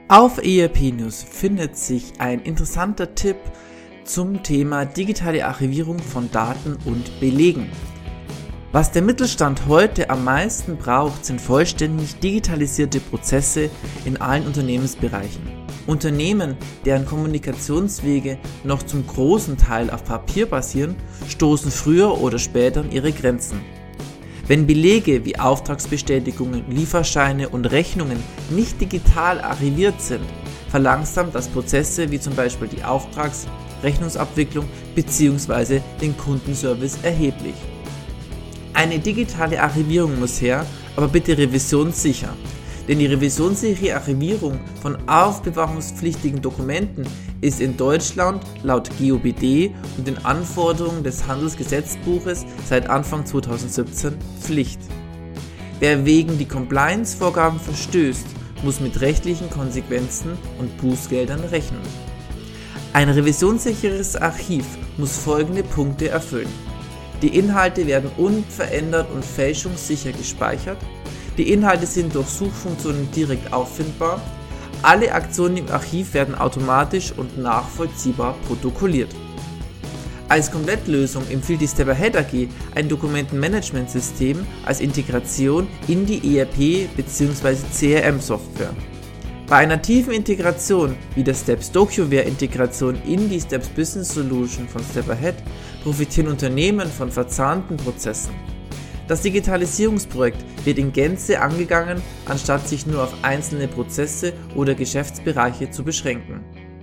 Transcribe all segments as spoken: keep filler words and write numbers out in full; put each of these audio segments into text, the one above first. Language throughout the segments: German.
Auf E R P News findet sich ein interessanter Tipp zum Thema digitale Archivierung von Daten und Belegen. Was der Mittelstand heute am meisten braucht, sind vollständig digitalisierte Prozesse in allen Unternehmensbereichen. Unternehmen, deren Kommunikationswege noch zum großen Teil auf Papier basieren, stoßen früher oder später an ihre Grenzen. Wenn Belege wie Auftragsbestätigungen, Lieferscheine und Rechnungen nicht digital archiviert sind, verlangsamt das Prozesse wie zum Beispiel die Auftrags-, Rechnungsabwicklung bzw. den Kundenservice erheblich. Eine digitale Archivierung muss her, aber bitte revisionssicher. Denn die revisionssichere Archivierung von aufbewahrungspflichtigen Dokumenten ist in Deutschland laut G O B D und den Anforderungen des Handelsgesetzbuches seit Anfang zweitausendsiebzehn Pflicht. Wer wegen die Compliance-Vorgaben verstößt, muss mit rechtlichen Konsequenzen und Bußgeldern rechnen. Ein revisionssicheres Archiv muss folgende Punkte erfüllen. Die Inhalte werden unverändert und fälschungssicher gespeichert. Die Inhalte sind durch Suchfunktionen direkt auffindbar. Alle Aktionen im Archiv werden automatisch und nachvollziehbar protokolliert. Als Komplettlösung empfiehlt die Step Ahead A G ein Dokumentenmanagementsystem als Integration in die E R P bzw. C R M-Software. Bei einer tiefen Integration wie der Steps DocuWare-Integration in die Steps Business Solution von Step Ahead profitieren Unternehmen von verzahnten Prozessen. Das Digitalisierungsprojekt wird in Gänze angegangen, anstatt sich nur auf einzelne Prozesse oder Geschäftsbereiche zu beschränken.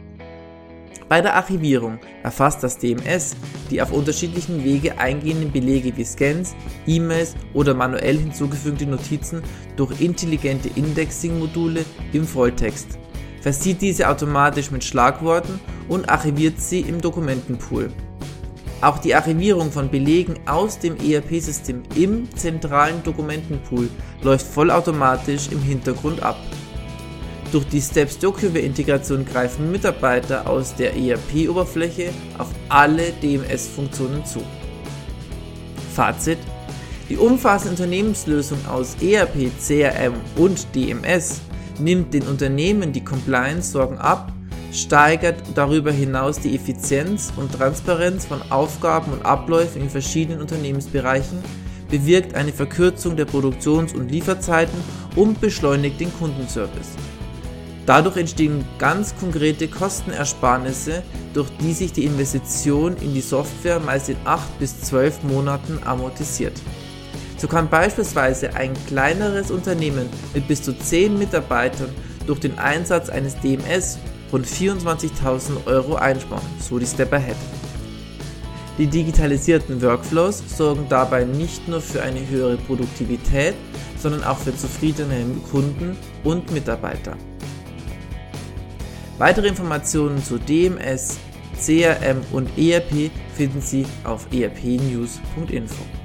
Bei der Archivierung erfasst das D M S die auf unterschiedlichen Wege eingehenden Belege wie Scans, E-Mails oder manuell hinzugefügte Notizen durch intelligente Indexing-Module im Volltext, versieht diese automatisch mit Schlagworten und archiviert sie im Dokumentenpool. Auch die Archivierung von Belegen aus dem E R P-System im zentralen Dokumentenpool läuft vollautomatisch im Hintergrund ab. Durch die Steps DocuWare-Integration greifen Mitarbeiter aus der E R P-Oberfläche auf alle D M S-Funktionen zu. Fazit: Die umfassende Unternehmenslösung aus E R P, C R M und D M S nimmt den Unternehmen die Compliance-Sorgen ab, steigert darüber hinaus die Effizienz und Transparenz von Aufgaben und Abläufen in verschiedenen Unternehmensbereichen, bewirkt eine Verkürzung der Produktions- und Lieferzeiten und beschleunigt den Kundenservice. Dadurch entstehen ganz konkrete Kostenersparnisse, durch die sich die Investition in die Software meist in acht bis zwölf Monaten amortisiert. So kann beispielsweise ein kleineres Unternehmen mit bis zu zehn Mitarbeitern durch den Einsatz eines D M S rund vierundzwanzigtausend Euro einsparen, so die Step Ahead. Die digitalisierten Workflows sorgen dabei nicht nur für eine höhere Produktivität, sondern auch für zufriedene Kunden und Mitarbeiter. Weitere Informationen zu D M S, C R M und E R P finden Sie auf e r p news punkt info.